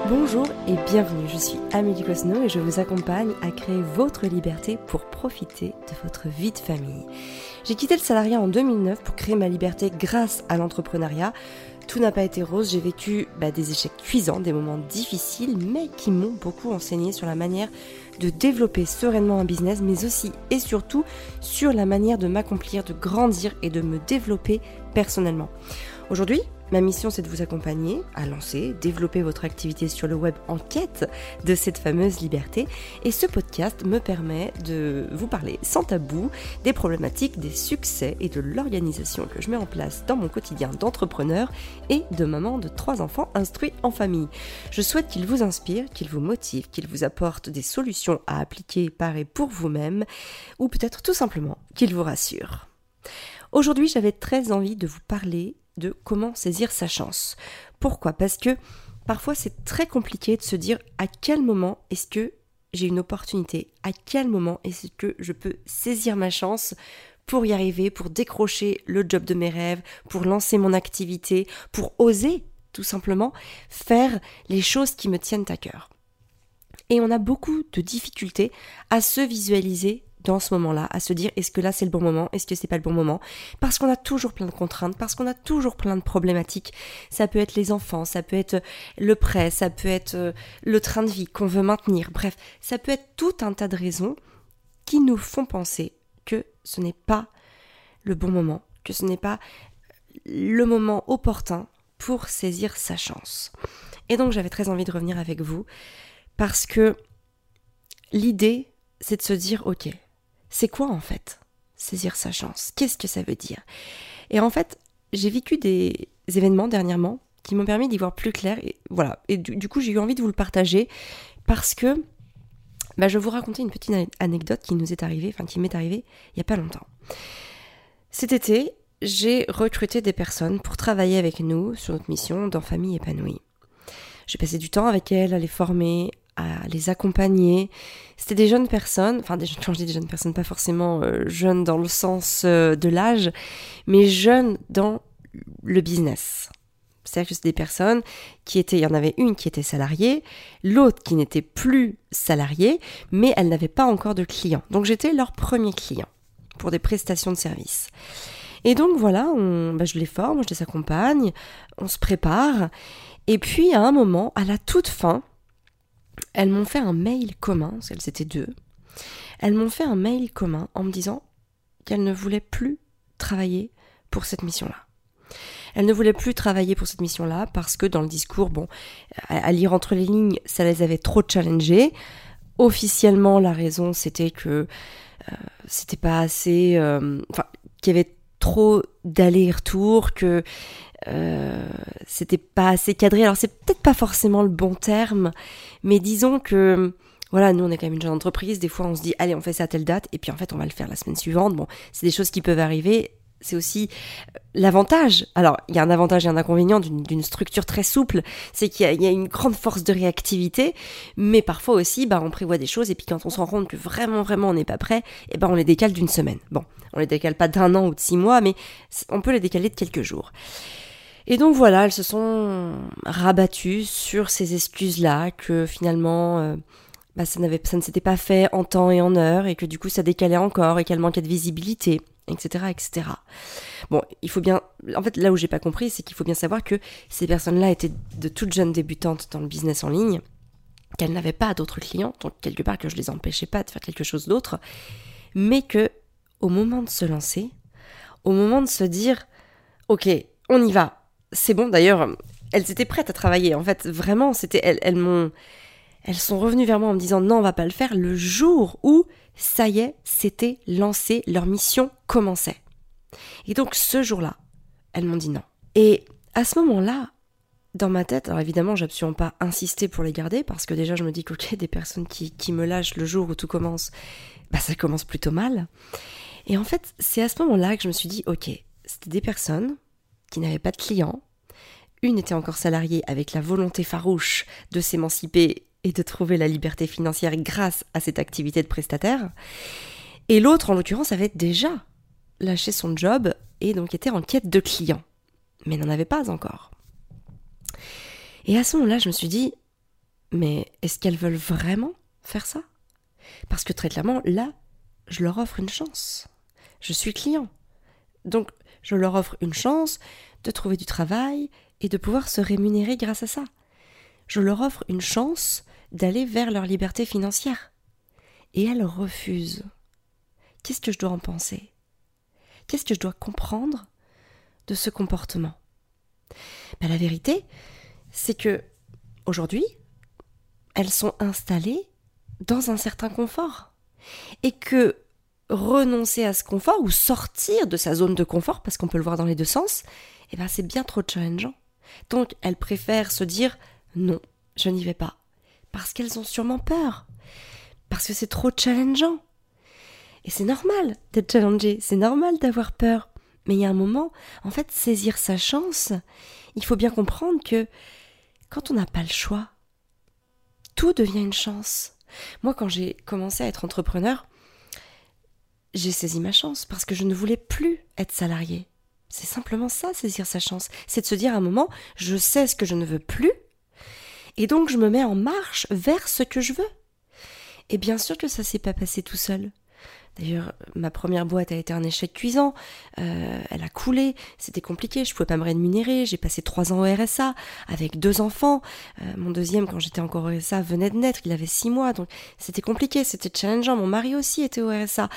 Bonjour et bienvenue, je suis Amélie Cosno et je vous accompagne à créer votre liberté pour profiter de votre vie de famille. J'ai quitté le salariat en 2009 pour créer ma liberté grâce à l'entrepreneuriat. Tout n'a pas été rose, j'ai vécu des échecs cuisants, des moments difficiles, mais qui m'ont beaucoup enseigné sur la manière de développer sereinement un business, mais aussi et surtout sur la manière de m'accomplir, de grandir et de me développer personnellement. Aujourd'hui, ma mission, c'est de vous accompagner à lancer, développer votre activité sur le web en quête de cette fameuse liberté. Et ce podcast me permet de vous parler sans tabou des problématiques, des succès et de l'organisation que je mets en place dans mon quotidien d'entrepreneur et de maman de 3 enfants instruits en famille. Je souhaite qu'il vous inspire, qu'il vous motive, qu'il vous apporte des solutions à appliquer par et pour vous-même, ou peut-être tout simplement qu'il vous rassure. Aujourd'hui, j'avais très envie de vous parler de comment saisir sa chance. Pourquoi ? Parce que parfois c'est très compliqué de se dire à quel moment est-ce que j'ai une opportunité, à quel moment est-ce que je peux saisir ma chance pour y arriver, pour décrocher le job de mes rêves, pour lancer mon activité, pour oser tout simplement faire les choses qui me tiennent à cœur. Et on a beaucoup de difficultés à se visualiser dans ce moment-là, à se dire est-ce que là c'est le bon moment, est-ce que c'est pas le bon moment, parce qu'on a toujours plein de contraintes, parce qu'on a toujours plein de problématiques. Ça peut être les enfants, ça peut être le prêt, ça peut être le train de vie qu'on veut maintenir, bref, ça peut être tout un tas de raisons qui nous font penser que ce n'est pas le bon moment, que ce n'est pas le moment opportun pour saisir sa chance. Et donc j'avais très envie de revenir avec vous, parce que l'idée c'est de se dire ok, c'est quoi en fait saisir sa chance ? Qu'est-ce que ça veut dire ? Et en fait, j'ai vécu des événements dernièrement qui m'ont permis d'y voir plus clair. Et voilà. Et du coup, j'ai eu envie de vous le partager parce que je vais vous raconter une petite anecdote qui m'est arrivée il n'y a pas longtemps. Cet été, j'ai recruté des personnes pour travailler avec nous sur notre mission dans Famille épanouie. J'ai passé du temps avec elles, à les former, à les accompagner. C'était des jeunes personnes, quand je dis des jeunes personnes, pas forcément jeunes dans le sens de l'âge, mais jeunes dans le business. C'est-à-dire que c'est des personnes il y en avait une qui était salariée, l'autre qui n'était plus salariée, mais elle n'avait pas encore de clients. Donc j'étais leur premier client pour des prestations de services. Et donc voilà, je les forme, je les accompagne, on se prépare, et puis à un moment, à la toute fin, elles m'ont fait un mail commun, parce qu'elles étaient 2. Elles m'ont fait un mail commun en me disant qu'elles ne voulaient plus travailler pour cette mission-là. Elles ne voulaient plus travailler pour cette mission-là parce que dans le discours, à lire entre les lignes, ça les avait trop challengées. Officiellement, la raison, c'était que c'était pas assez... qu'il y avait trop d'allers-retours, que c'était pas assez cadré. Alors c'est peut-être pas forcément le bon terme, mais disons que voilà, nous on est quand même une jeune entreprise, des fois on se dit allez on fait ça à telle date et puis en fait on va le faire la semaine suivante. C'est des choses qui peuvent arriver. C'est aussi l'avantage. Alors, il y a un avantage et un inconvénient d'une structure très souple, c'est qu'il y a une grande force de réactivité, mais parfois aussi, on prévoit des choses et puis quand on se rend compte que vraiment on n'est pas prêt, on les décale d'une semaine. On les décale pas d'1 an ou de 6 mois, mais on peut les décaler de quelques jours. Et donc voilà, elles se sont rabattues sur ces excuses-là, que finalement ça ne s'était pas fait en temps et en heure, et que du coup ça décalait encore, et qu'elle manquait de visibilité, etc., etc. Il faut bien... En fait, là où j'ai pas compris, c'est qu'il faut bien savoir que ces personnes-là étaient de toutes jeunes débutantes dans le business en ligne, qu'elles n'avaient pas d'autres clients, donc quelque part que je les empêchais pas de faire quelque chose d'autre, mais que au moment de se lancer, au moment de se dire ok, on y va, c'est bon. D'ailleurs, elles étaient prêtes à travailler. En fait, vraiment, elles sont revenues vers moi en me disant non, on va pas le faire, le jour où ça y est, c'était lancé, leur mission commençait. Et donc ce jour-là, elles m'ont dit non. Et à ce moment-là, dans ma tête, alors évidemment, j'ai absolument pas insisté pour les garder, parce que déjà je me dis que des personnes qui me lâchent le jour où tout commence, ça commence plutôt mal. Et en fait, c'est à ce moment-là que je me suis dit ok, c'était des personnes qui n'avaient pas de clients. Une était encore salariée avec la volonté farouche de s'émanciper et de trouver la liberté financière grâce à cette activité de prestataire. Et l'autre, en l'occurrence, avait déjà lâché son job et donc était en quête de clients, mais n'en avait pas encore. Et à ce moment-là, je me suis dit, Mais est-ce qu'elles veulent vraiment faire ça ? Parce que très clairement, là, je leur offre une chance. Je suis client. Donc, je leur offre une chance de trouver du travail et de pouvoir se rémunérer grâce à ça. Je leur offre une chance d'aller vers leur liberté financière. Et elles refusent. Qu'est-ce que je dois en penser ? Qu'est-ce que je dois comprendre de ce comportement ? La vérité, c'est que aujourd'hui, elles sont installées dans un certain confort. Et que renoncer à ce confort ou sortir de sa zone de confort, parce qu'on peut le voir dans les deux sens, c'est bien trop challengeant. Donc elles préfèrent se dire non, je n'y vais pas. Parce qu'elles ont sûrement peur. Parce que c'est trop challengeant. Et c'est normal d'être challengé, c'est normal d'avoir peur. Mais il y a un moment, en fait, saisir sa chance, il faut bien comprendre que quand on n'a pas le choix, tout devient une chance. Moi, quand j'ai commencé à être entrepreneur, j'ai saisi ma chance parce que je ne voulais plus être salariée. C'est simplement ça, saisir sa chance. C'est de se dire à un moment, je sais ce que je ne veux plus, et donc je me mets en marche vers ce que je veux. Et bien sûr que ça s'est pas passé tout seul. D'ailleurs, ma première boîte a été un échec cuisant, elle a coulé, c'était compliqué, je pouvais pas me rémunérer, j'ai passé 3 ans au RSA avec 2 enfants, mon deuxième quand j'étais encore au RSA venait de naître, il avait 6 mois, donc c'était compliqué, c'était challengeant, mon mari aussi était au RSA.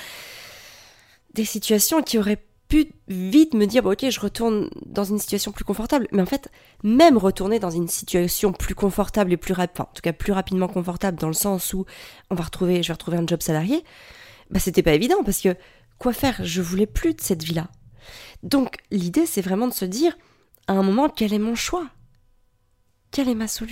Des situations qui auraient pu vite me dire, ok, je retourne dans une situation plus confortable, mais en fait, même retourner dans une situation plus confortable et plus rapidement confortable dans le sens où je vais retrouver un job salarié, c'était pas évident parce que quoi faire ? Je voulais plus de cette vie-là. Donc l'idée c'est vraiment de se dire à un moment quel est mon choix ? Quelle est ma solution ?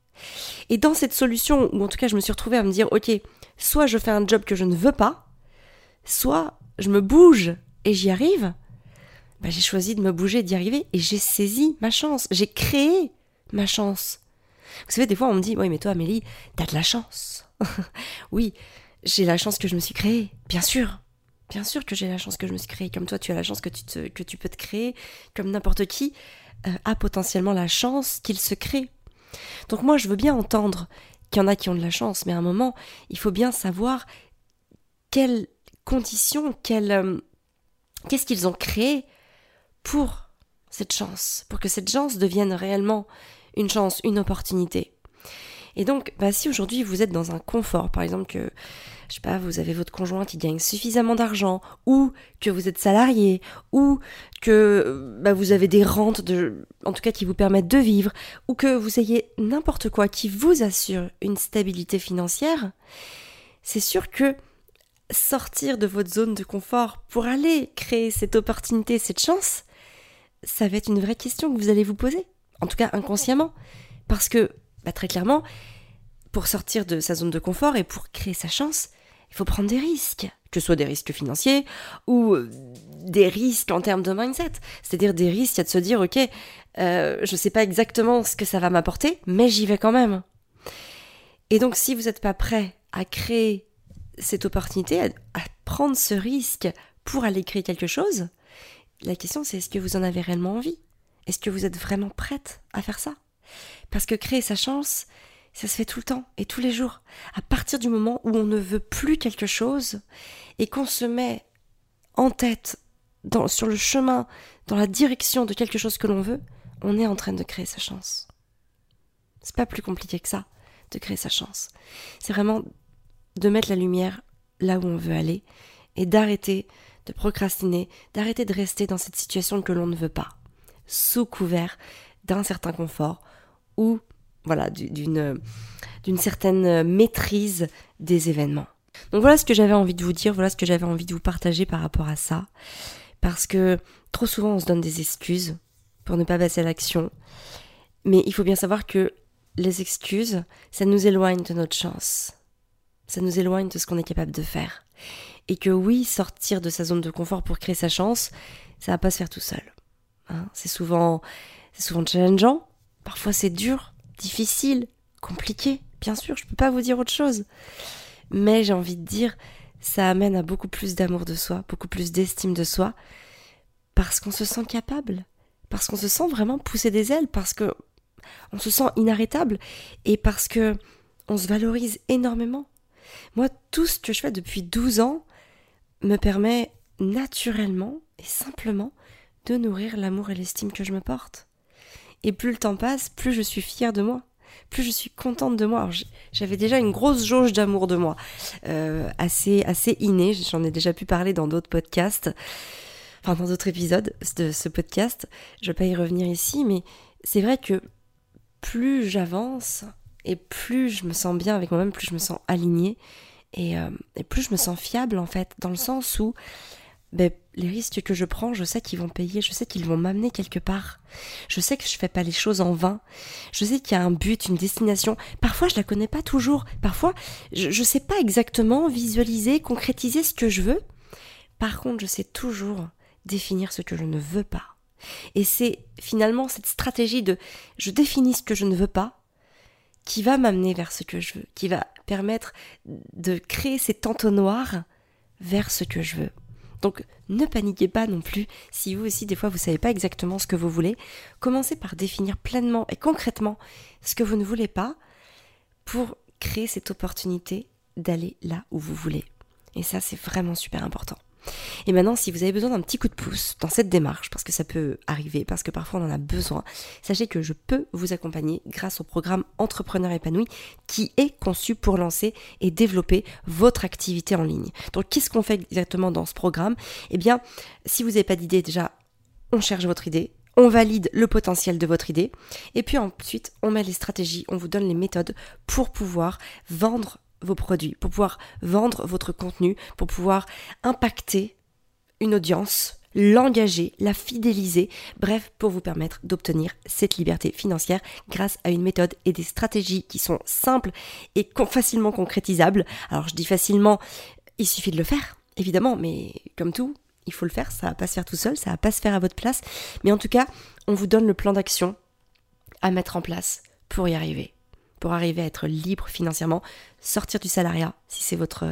Et dans cette solution, ou en tout cas je me suis retrouvée à me dire ok, soit je fais un job que je ne veux pas, soit je me bouge et j'y arrive, j'ai choisi de me bouger et d'y arriver et j'ai saisi ma chance, j'ai créé ma chance. Vous savez, des fois on me dit oui mais toi Amélie, t'as de la chance. Oui, j'ai la chance que je me suis créée, bien sûr que j'ai la chance que je me suis créée, comme toi tu as la chance que tu peux te créer, comme n'importe qui a potentiellement la chance qu'il se crée. Donc moi je veux bien entendre qu'il y en a qui ont de la chance, mais à un moment il faut bien savoir quelles conditions, qu'est-ce qu'ils ont créé pour cette chance, pour que cette chance devienne réellement une chance, une opportunité. Et donc, si aujourd'hui vous êtes dans un confort, par exemple que, je sais pas, vous avez votre conjoint qui gagne suffisamment d'argent, ou que vous êtes salarié, ou que vous avez des rentes, en tout cas qui vous permettent de vivre, ou que vous ayez n'importe quoi qui vous assure une stabilité financière, c'est sûr que sortir de votre zone de confort pour aller créer cette opportunité, cette chance, ça va être une vraie question que vous allez vous poser, en tout cas inconsciemment, parce que très clairement, pour sortir de sa zone de confort et pour créer sa chance, il faut prendre des risques, que ce soit des risques financiers ou des risques en termes de mindset. C'est-à-dire des risques à de se dire, ok, je sais pas exactement ce que ça va m'apporter, mais j'y vais quand même. Et donc si vous n'êtes pas prêt à créer cette opportunité, à prendre ce risque pour aller créer quelque chose, la question c'est est-ce que vous en avez réellement envie ? Est-ce que vous êtes vraiment prête à faire ça ? Parce que créer sa chance, ça se fait tout le temps et tous les jours. À partir du moment où on ne veut plus quelque chose et qu'on se met en tête, sur le chemin, dans la direction de quelque chose que l'on veut, on est en train de créer sa chance. C'est pas plus compliqué que ça, de créer sa chance. C'est vraiment de mettre la lumière là où on veut aller et d'arrêter de procrastiner, d'arrêter de rester dans cette situation que l'on ne veut pas, sous couvert d'un certain confort ou d'une certaine maîtrise des événements. Donc voilà ce que j'avais envie de vous dire, voilà ce que j'avais envie de vous partager par rapport à ça, parce que trop souvent on se donne des excuses pour ne pas passer à l'action, mais il faut bien savoir que les excuses, ça nous éloigne de notre chance, ça nous éloigne de ce qu'on est capable de faire, et que oui, sortir de sa zone de confort pour créer sa chance, ça va pas se faire tout seul. C'est souvent challengeant, parfois c'est dur, difficile, compliqué, bien sûr, je peux pas vous dire autre chose. Mais j'ai envie de dire, ça amène à beaucoup plus d'amour de soi, beaucoup plus d'estime de soi, parce qu'on se sent capable, parce qu'on se sent vraiment pousser des ailes, parce que on se sent inarrêtable et parce que on se valorise énormément. Moi, tout ce que je fais depuis 12 ans me permet naturellement et simplement de nourrir l'amour et l'estime que je me porte. Et plus le temps passe, plus je suis fière de moi, plus je suis contente de moi. Alors, j'avais déjà une grosse jauge d'amour de moi, assez innée. J'en ai déjà pu parler dans d'autres podcasts, dans d'autres épisodes de ce podcast. Je ne vais pas y revenir ici, mais c'est vrai que plus j'avance et plus je me sens bien avec moi-même, plus je me sens alignée et plus je me sens fiable en fait, dans le sens où les risques que je prends, je sais qu'ils vont payer, je sais qu'ils vont m'amener quelque part. Je sais que je fais pas les choses en vain. Je sais qu'il y a un but, une destination. Parfois, je la connais pas toujours. Parfois, je sais pas exactement visualiser, concrétiser ce que je veux. Par contre, je sais toujours définir ce que je ne veux pas. Et c'est finalement cette stratégie de je définis ce que je ne veux pas qui va m'amener vers ce que je veux, qui va permettre de créer cet entonnoir vers ce que je veux. Donc, ne paniquez pas non plus si vous aussi, des fois, vous ne savez pas exactement ce que vous voulez. Commencez par définir pleinement et concrètement ce que vous ne voulez pas pour créer cette opportunité d'aller là où vous voulez. Et ça, c'est vraiment super important. Et maintenant, si vous avez besoin d'un petit coup de pouce dans cette démarche, parce que ça peut arriver, parce que parfois on en a besoin, sachez que je peux vous accompagner grâce au programme Entrepreneur épanoui qui est conçu pour lancer et développer votre activité en ligne. Donc, qu'est-ce qu'on fait exactement dans ce programme ? Eh bien, si vous n'avez pas d'idée, déjà, on cherche votre idée. On valide le potentiel de votre idée. Et puis ensuite, on met les stratégies, on vous donne les méthodes pour pouvoir vendre vos produits, pour pouvoir vendre votre contenu, pour pouvoir impacter une audience, l'engager, la fidéliser, bref, pour vous permettre d'obtenir cette liberté financière grâce à une méthode et des stratégies qui sont simples et facilement concrétisables. Alors je dis facilement, il suffit de le faire, évidemment, mais comme tout, il faut le faire, ça va pas se faire tout seul, ça va pas se faire à votre place, mais en tout cas, on vous donne le plan d'action à mettre en place pour y arriver. Pour arriver à être libre financièrement, sortir du salariat si c'est votre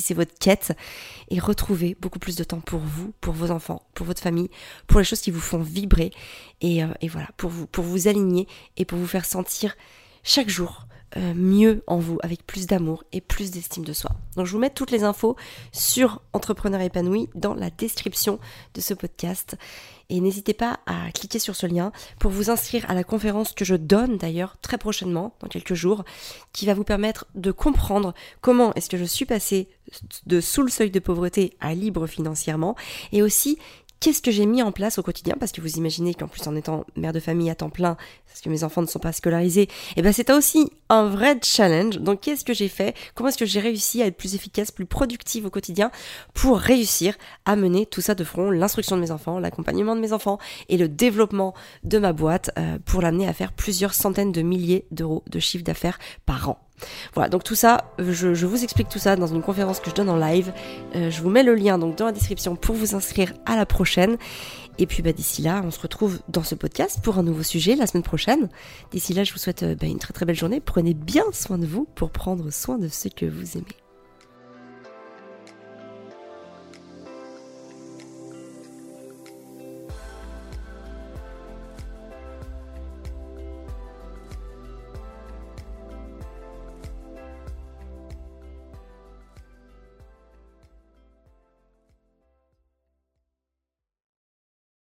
quête et retrouver beaucoup plus de temps pour vous, pour vos enfants, pour votre famille, pour les choses qui vous font vibrer et voilà, pour vous aligner et pour vous faire sentir chaque jour mieux en vous, avec plus d'amour et plus d'estime de soi. Donc je vous mets toutes les infos sur Entrepreneur épanoui dans la description de ce podcast. Et n'hésitez pas à cliquer sur ce lien pour vous inscrire à la conférence que je donne d'ailleurs très prochainement, dans quelques jours, qui va vous permettre de comprendre comment est-ce que je suis passée de sous le seuil de pauvreté à libre financièrement et aussi qu'est-ce que j'ai mis en place au quotidien, parce que vous imaginez qu'en plus en étant mère de famille à temps plein, parce que mes enfants ne sont pas scolarisés, c'était aussi un vrai challenge. Donc qu'est-ce que j'ai fait ? Comment est-ce que j'ai réussi à être plus efficace, plus productive au quotidien pour réussir à mener tout ça de front, l'instruction de mes enfants, l'accompagnement de mes enfants et le développement de ma boîte pour l'amener à faire plusieurs centaines de milliers d'euros de chiffre d'affaires par an. Voilà, donc tout ça, je vous explique tout ça dans une conférence que je donne en live. Je vous mets le lien donc dans la description pour vous inscrire à la prochaine. Et puis d'ici là, on se retrouve dans ce podcast pour un nouveau sujet la semaine prochaine. D'ici là, je vous souhaite une très très belle journée. Prenez bien soin de vous pour prendre soin de ceux que vous aimez.